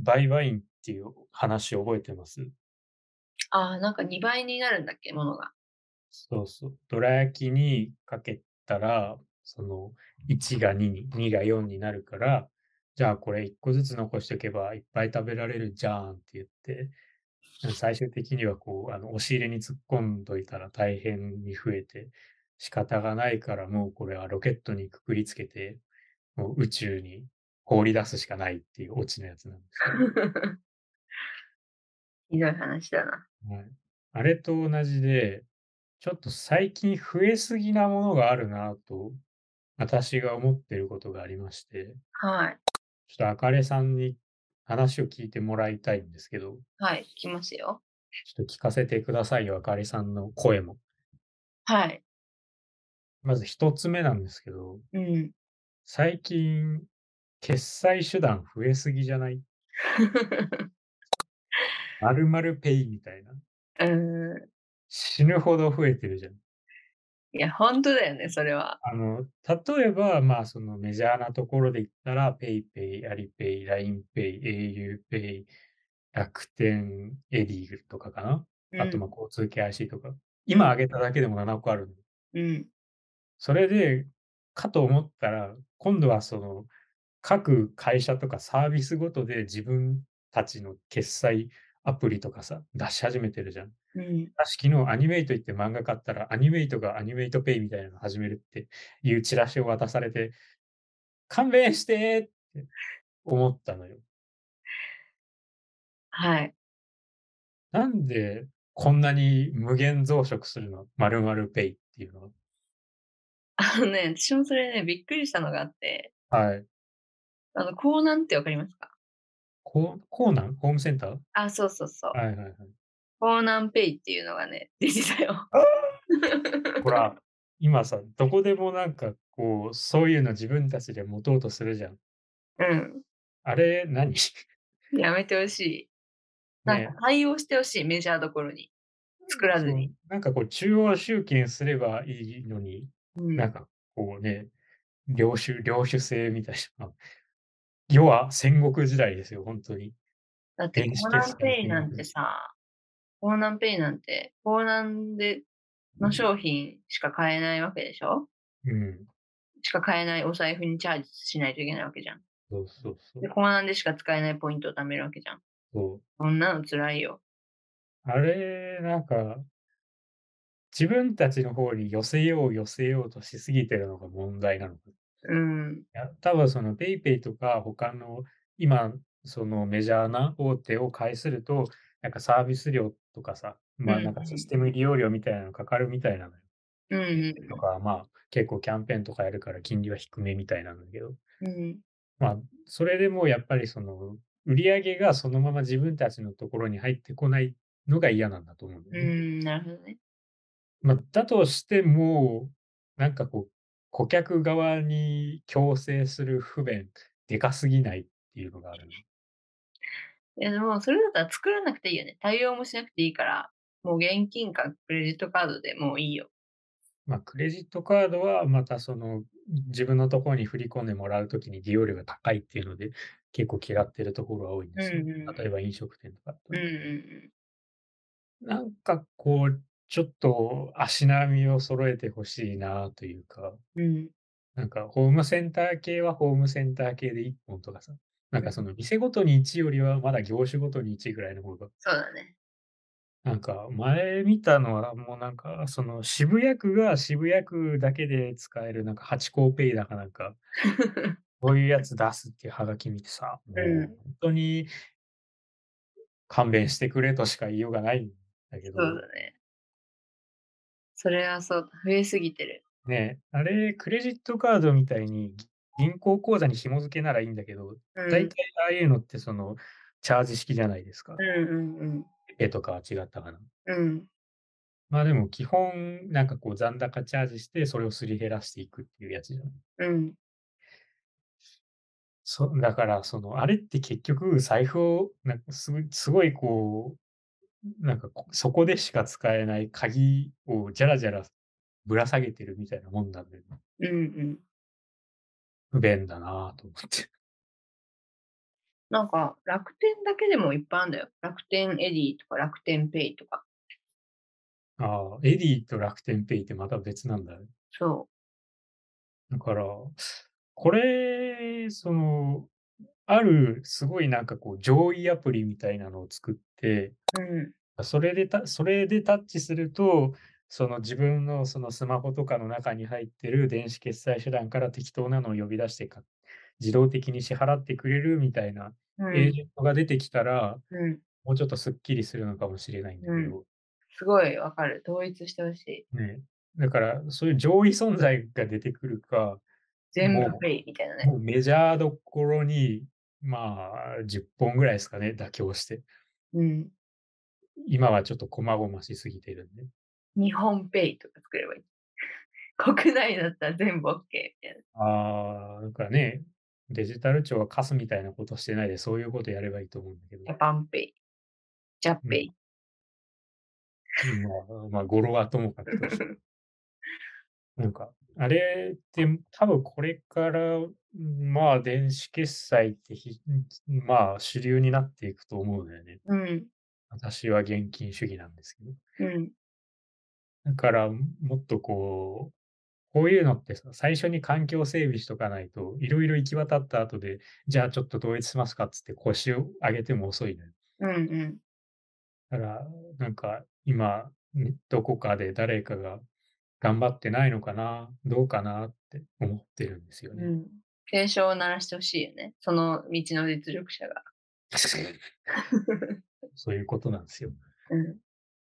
売買員っていう話覚えてます？ ああ、なんか2倍になるんだっけ、ものが。 そうそう。どら焼きにかけたら、その1が2に、2が4になるから、じゃあこれ1個ずつ残しておけばいっぱい食べられるじゃんって言って、最終的にはこう、押し入れに突っ込んどいたら大変に増えて、仕方がないからもうこれはロケットにくくりつけて、もう宇宙に放り出すしかないっていうオチのやつなんですけど。 ひどい話だな。 はい。あれと同じで、ちょっと最近増えすぎなものがあるなと、私が思ってることがありまして、 はい。 ちょっとあかねさんに話を聞いてもらいたいんですけど、 はい、聞きますよ。 ちょっと聞かせてくださいよ、あかねさんの声も。 はい。 まず一つ目なんですけど、 うん。 最近、決済手段増えすぎじゃない？〇〇ペイみたいな。 うーん。 死ぬほど増えてるじゃん。 いや、ほんとだよね、それは。 例えば、まあ、そのメジャーなところで言ったら、PayPay、アリペイ、LINEPay、auPay、楽天、エディとかかな。あと、 うん、 ま、交通系 IC とか。 うん、 今挙げただけでも7個あるの。 うん、 それで、かと思ったら、今度はその、各会社とかサービスごとで自分たちの決済アプリとかさ、出し始めてるじゃん。 うん。 昨日アニメイト行って漫画買ったら、アニメイトがアニメイトペイみたいなの始めるっていうチラシを渡されて、勘弁してって思ったのよ。 はい。 なんでこんなに無限増殖するの、〇〇ペイっていうのは。 私もそれね、びっくりしたのがあって、 はい。 コーナンってわかりますか？ コーナン？ホームセンター？ あ、そうそうそう。 はいはいはい。 コーナンペイっていうのがね、出てたよ。 ああ！ほら、今さ、どこでもなんかこう、そういうの自分たちで持とうとするじゃん。 うん。 あれ何？ やめてほしい。なんかね。 対応してほしい、メジャーどころに。作らずそう、 に。 なんかこう中央集権すればいいのに、 うん。 なんかこうね、領主制みたいな。世は戦国時代ですよ、ほんとに。 だって電子決コーナンペイなん済戦国時てさ、コーナンペイなんて、コーナンでの商品しか買えないわけでしょ？ うん、 しか買えないお財布にチャージしないといけないわけじゃん。 そうそうそで、 う。 コーナンでしか使えないポイントを貯めるわけじゃん。 そう。 そんなの辛いよ。 あれ、なんか、自分たちの方に寄せようとしすぎてるのが問題なのか。 うん。 いや、多分その PayPay とか他の今そのメジャーな大手を介すると、なんかサービス料とかさ、ま、 うんうなんかシスん。 テム利用料みたいなのかかるみたいなのよ。 うんうんとか、まあ、結構キャンペーンとかやるから金利は低めみたいなんだけど、 うん。うん。 まあ、それでもやっぱりその、売り上げがそのまま自分たちのところに入ってこないのが嫌なんだと思うんだよね。 なるほどね。 ま、だとしても、なんかこう、顧客側に強制する不便、でかすぎないっていうのがあるの。 いや、でもそれだったら作らなくていいよね。対応もしなくていいから、もう現金かクレジットカードでもういいよ。 ま、クレジットカードはまたその、自分のところに振り込んでもらう時に利用料が高いっていうので、結構嫌ってるところが多いんでうんすよ。 うん。 例えば飲食店とかだとね。 うんうんうん。 なんかこう、ちょっと足並みを揃えて欲しいなというか、 うん。 なんかホームセンター系はホームセンター系で1本とかさ、なんうん。 かその店ごとに1よりはまだ業種ごとに1ぐらいの方が、 そうだね。 なんか前見たのはもうなんか、その渋谷区が渋谷区だけで使えるなんかハチ公ペイだかなんか、そういうやつ出すっていうハガキ見てさ、 うん。 もうほんとに勘弁してくれとしか言いようがないんだけど、 そうだね。それはそうだ、増えすぎてる。 ね、あれ、クレジットカードみたいに、銀行口座に紐付けならいいんだけど、 うん。 大体ああいうのってその、チャージ式じゃないですか。 うんうんうん。 ペとかは違ったかな。 うん。 まあ、でも基本、なんかこう残高チャージして、それをすり減らしていくっていうやつじゃん。 うん。 だからその、あれって結局財布をなんかすごいこう、なんかそこでしか使えない鍵をじゃらじゃらぶら下げてるみたいなもんなんだよね。 うんうん。 不便だなと思って。 なんか、楽天だけでもいっぱいあるんだよ。楽天エディとか楽天ペイとか。 ああ、エディと楽天ペイってまた別なんだね。 そだから、これ、あるすごいなんかこう上位アプリみたいなのを作って、 う。うん。 それでタッチすると、その自分のそのスマホとかの中に入ってる電子決済手段から適当なのを呼び出して自動的に支払ってくれるみたいなうん。 エージェントが出てきたら、 うん。 もうちょっとすっきりするのかもしれないんだうん。 けど、 すごいわかる。統一してほしい。 ね。だからそういう上位存在が出てくるか、も全部ペイみたいなね。 もうメジャーどころに、まあ、10本ぐらいですかね、妥協して。 うん。 今はちょっと細々しすぎてるんで。 日本ペイとか作ればいい。国内だったら全部オッケーみたいな。 ああ、だからね、デジタル庁は貸すみたいなことしてないで、そういうことやればいいと思うんだけど。 ジャパンペイ、ジャうん、 ペイ。 まあ、語呂はともかくとして、なんか、あれって多分これから、まあ、電子決済ってまあ、主流になっていくと思うんだよね。 うん、 私は現金主義なんですけど。 うん、 だから、もっとこういうのってさ、最初に環境整備しとかないと、いろいろ行き渡った後で、じゃあちょっと統一しますかっつって腰を上げても遅いのよ。 うんうん、 だから、なんか今、どこかで誰かが頑張ってないのかな、どうかなって思ってるんですよね。 うん。警鐘を鳴らしてほしいよね。その道の実力者が。 そういうことなんですよ。っうん、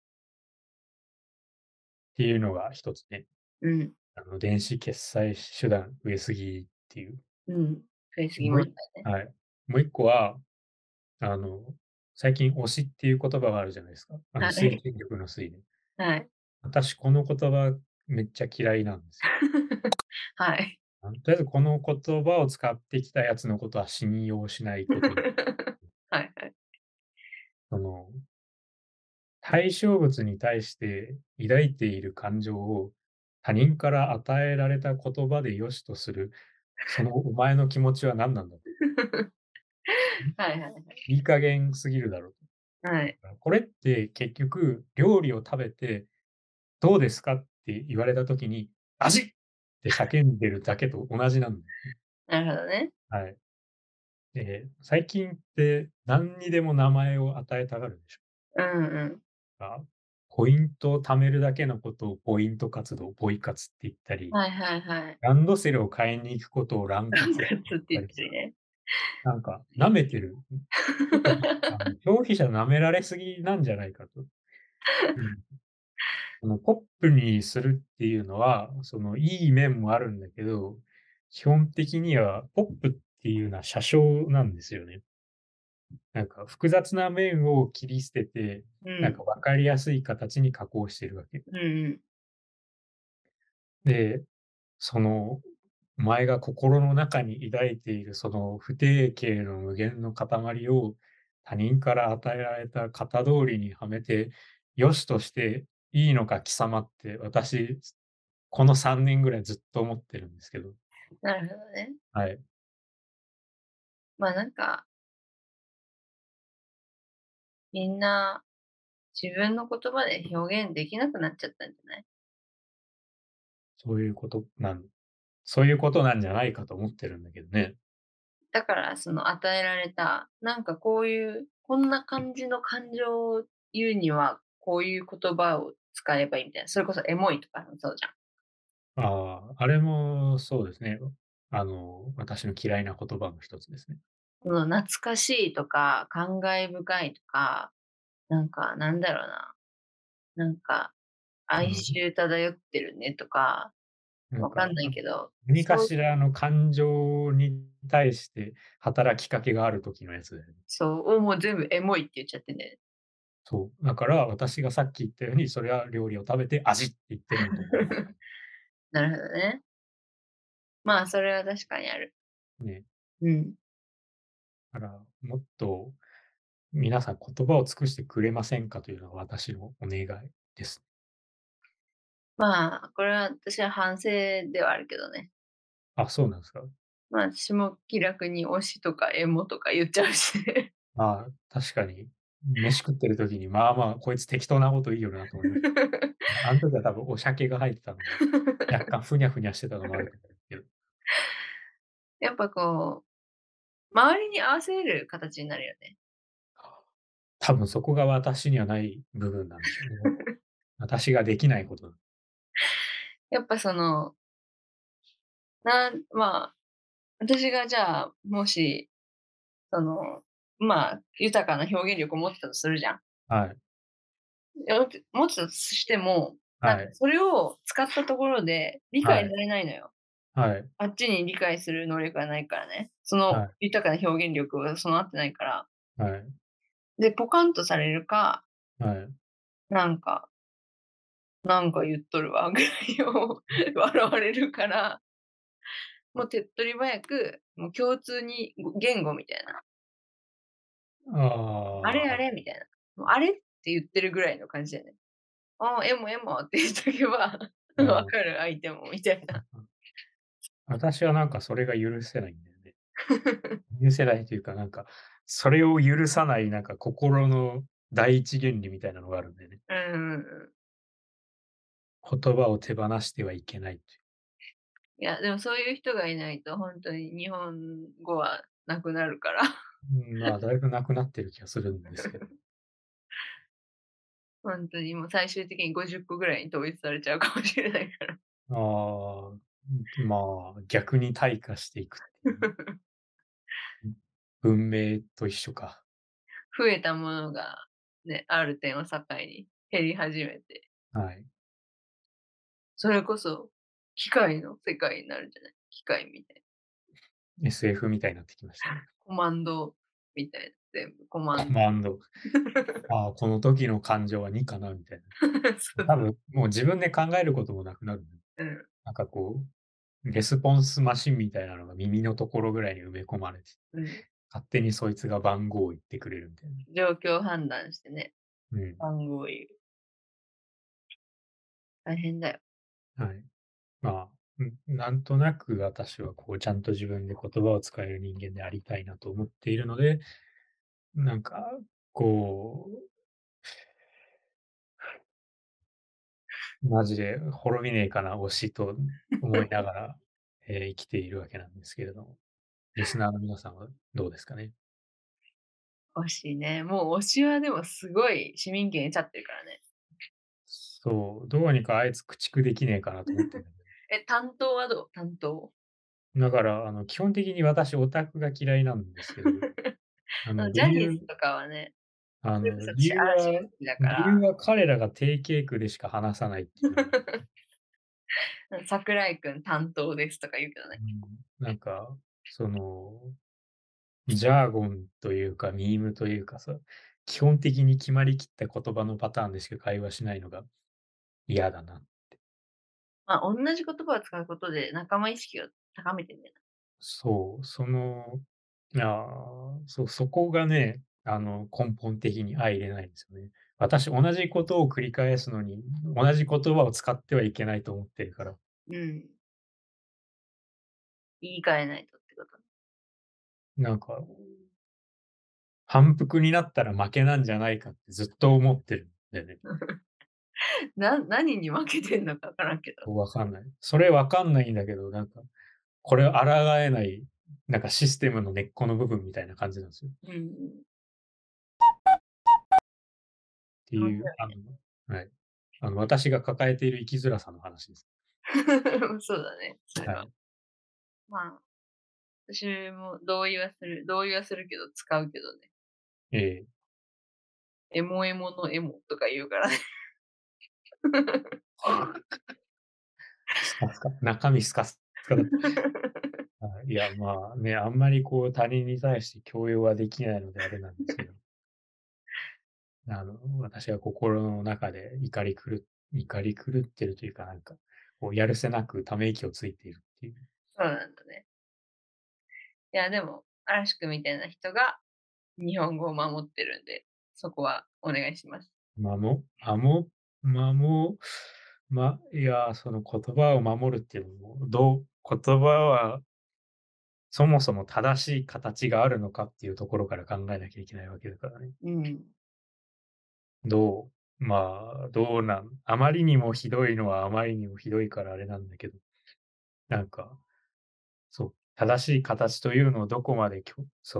ていうのが一つね。 うん、 電子決済手段増えすぎっていう。 うん。増えすぎもう問い題ね。 はい。もう一個は、あの、最近推しっていう言葉があるじゃないですか。推はい、 進力の推ね。 はい。 私この言葉めっちゃ嫌いなんですよ。 はい。 とりあえずこの言葉を使ってきたやつのことは信用しないことに。 はいはい。 その、対象物に対して抱いている感情を他人から与えられた言葉で良しとする、そのお前の気持ちは何なんだと。 はいはいはい。 いい加減すぎるだろうはい。 と。これって結局料理を食べてどうですかって言われた時に、味って叫んでるだけと同じなんだよね。 なるほどね。 はい。最近って何にでも名前を与えたがるでしょ。 うんうん。 ポイントを貯めるだけのことをポイント活動、ポイ活って言ったり、 はいはいはい。 ランドセルを買いに行くことをランなん活って言っかつって言ったりさ、 てるね。 なんか舐めてる。ちょっと、消費者舐められすぎなんじゃないかと。うん。ポップにするっていうのは、いい面もあるんだけど、基本的にはポップっていうのは写生なんですよね。なんか複雑な面を切り捨てて、なんうん。 か分かりやすい形に加工してるわけ。 うんうん。 で、お前が心の中に抱いているその不定形の無限の塊を他人から与えられた型通りにはめて、良しとしていいのか貴様って私、この3年ぐらいずっと思ってるんですけど。 なるほどね。 はい。 なんか、みんな自分の言葉で表現できなくなっちゃったんじゃない？ そういうことなんそういうことなんじゃないかと思ってるんだけどね。 だからその与えられた、なんかこういう、こんな感じの感情を言うには、こういう言葉を使えばいいみたいな、それこそエモいとかもそうじゃん。 ああ、あれもそうですね。私の嫌いな言葉の一つですね。 この懐かしいとか、感慨深いとか、なんかなんだろうな、なんか哀うん。 愁漂ってるねとか、 なんか、 わかんないけど、 何かしらの感情に対して働きかけがある時のやつだよね。 もう全部エモいって言っちゃってんだよね。 そう。だから私がさっき言ったように、それは料理を食べて味って言ってるのと同じ。 なるほどね。それは確かにある。 ね。 うん。 だから、もっと皆さん言葉を尽くしてくれませんかというのが私のお願いです。 これは私は反省ではあるけどね。 あ、そうなんですか。 まあ、私も気楽に推しとかエモとか言っちゃうしね。 まあ、確かに、飯食ってる時に、まあまあ、こいつ適当なこと言いよるなと思いました。あん時は多分お酒が入ってたので、若干ふにゃふにゃしてたのもあると思うんですけど。 やっぱこう、周りに合わせる形になるよね。 多分そこが私にはない部分なんでしょうね。私ができないこと。 やっぱその、まあ、私がじゃあ、もし、その、まあ、豊かな表現力を持ってたとするじゃん。 はい、 持ってたとしても、なんかはい、 それを使ったところで理はい、 解されないのよ。 はい、 あっちに理解する能力がないからね。そのはい、 豊かな表現力が備わってないから。 はい、 で、ポカンとされるか、 はい。 なんかなんか言っとるわぐらいを笑われるから、もう手っ取り早く、もう共通に言語みたいな。あれあああ、 れみたいな。もうあれって言ってるぐらいの感じだよね。ああ、エモエモって言っとけば、 うん。 わかる相手もみたいな。 私はなんかそれが許せないんだよね。許せないというか、なんか、それを許さないなんか心の第一原理みたいなのがあるんだよね。 うんうんうん。 言葉を手放してはいけないっていう。 いや、でもそういう人がいないとほんとに日本語はなくなるから。 うん、まあ、だいぶなくなってる気がするんですけど。 ほんとにもう最終的に50個ぐらいに統一されちゃうかもしれないから。 ああ、まあ、逆に退化していくっていう。文明と一緒か。 増えたものがね、ある点を境に減り始めて、 はい。 それこそ機械の世界になるんじゃない？機械みたいな。 SF みたいになってきましたね。 コマンドみたいな、全部コマンド。 コマンド。ああ、この時の感情は2かなみたいな。 そうそう。 多分、もう自分で考えることもなくなる。 うん、 なんかこう、レスポンスマシンみたいなのが耳のところぐらいに埋め込まれて、 うん。 勝手にそいつが番号を言ってくれるみたいな。 状況判断してね、 うん。 番号を言う。大変だよ。 はい。まあ、なんとなく私はこうちゃんと自分で言葉を使える人間でありたいなと思っているので、なんか、こう、マジで滅びねえかな、推しと思いながら、生きているわけなんですけれども、リスナーの皆さんはどうですかね？ 推しね、もう推しはでもすごい市民権得ちゃってるからね。 そう、どうにかあいつ駆逐できねえかなと思ってんだけど。 え、担当はどう？担当。 だから、基本的に私オタクが嫌いなんですけど、 ジャニーズ理由とかはね、それこそ理私嵐が由は好きだから、 理由は彼らが定型句でしか話さないっていうのが、 桜井くん担当ですとか言うけどね。 なんか、その、ジャーゴンというか、ミームというかさ、基本的に決まりきった言葉のパターンでしか会話しないのが嫌だな。 まあ、同じ言葉を使うことで仲間意識を高めてんだよそう、そこがね、根本的に相入れないんですよね。私、同じことを繰り返すのに、同じ言葉を使ってはいけないと思ってるから、 な。うん。言い換えないとってこと。 なんか、反復になったら負けなんじゃないかってずっと思ってるんだよね。 何に負けてんのか分からんけど。 わかんない。それわかんないんだけど、なんか、これを抗えない、なんかシステムの根っこの部分みたいな感じなんですよ。っうんうん。 ていう、 面白い。 はい。私が抱えている生きづらさの話です。 そうだね、それは。 はい。 まあ、私も同意はするけど、使うけどね。 ええ。 エモエモのエモとか言うからね。 スカスカ、中身スカスカだった。はい、いや、まあね、あんまりこう他人に対して強要はできないのであれなんですけど、私は心の中で怒り狂ってるというか、なんか、こうやるせなくため息をついているっていう。 そうなんだね。いや、でも、嵐くんみたいな人が日本語を守ってるんで、そこはお願いします。 まもまもまもいや、その言葉を守るっていうのも、言葉はそもそも正しい形があるのかっていうところから考えなきゃいけないわけだからね。 うん。 どうあまりにもひどいのはあまりにもひどいからあれなんだけど、なんか、そう、正しい形というのをどこまで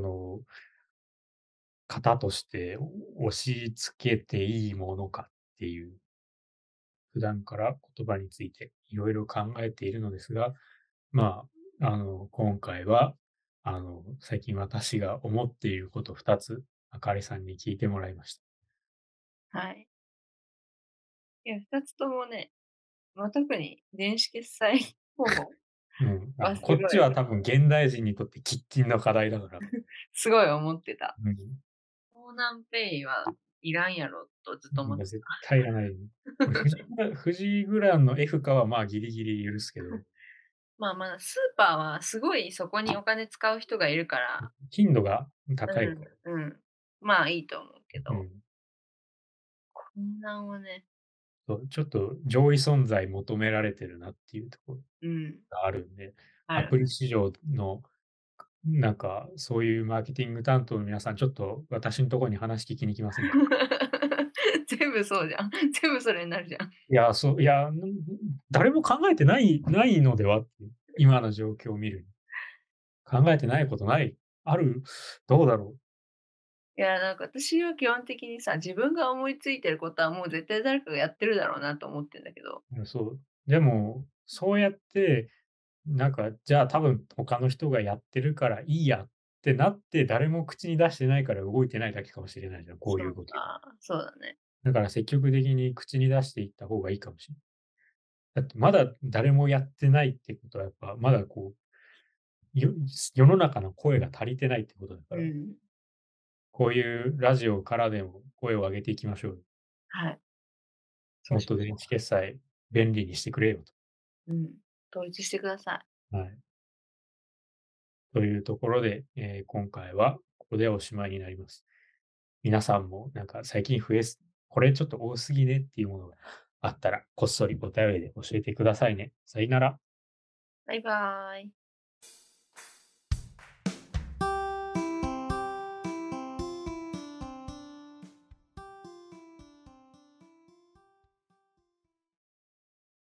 型として押し付けていいものかっていう、普段から言葉についていろいろ考えているのですが、今回は、最近私が思っていること2つ、あかりさんに聞いてもらいました。 はい。いや、2つともね、特に電子決済方法うん、 はすこっごい、 ちは多分現代人にとって喫緊の課題だから。 すごい思ってた。 うん。 コーナンペイはいらんやろとずっと思って絶対いらない。富士グランの F かはギリギリ許すけど、 まあ、スーパーはすごいそこにお金使う人がいるから、 頻度が高いから。 うん、うん。まあ、いいと思うけど、 うん。 混乱はね、 そう、ちょっと上位存在求められてるなっていうところうん、 があるんで、アある。 プリ市場の、そういうマーケティング担当の皆さん、ちょっと私んとこに話聞きに来ませんか？ 全部そうじゃん。全部それになるじゃん。 いや、いや、誰も考えてないのではっていう、今の状況を見るに。考えてないことない？ある？どうだろいや、なんか私は基本的にさ、自分が思いついてることはもう絶対誰かがやってるだろうなと思ってんだけど。 う？そう。でも、そうやって、じゃあ多分他の人がやってるからいいやってなって、誰も口に出してないから動いてないだけかもしれないじゃん、こうそいう動きが。 うか、そうだね。 だから積極的に口に出していった方がいいかもしれない。だってまだ誰もやってないってことはやっぱ、まだ世の中の声が足りてないってことだから、 うん。 こういうラジオからでも声を上げていきましょうよ。 はい、そうもっと電子しましょ決済便利にしてくれよと。 う。うん。統一してください。 はい。というところで、今回はここでおしまいになります。皆さんも最近これちょっと多すぎねっていうものがあったら、こっそりお便りで教えてくださいね。さよなら。 バイバーイ。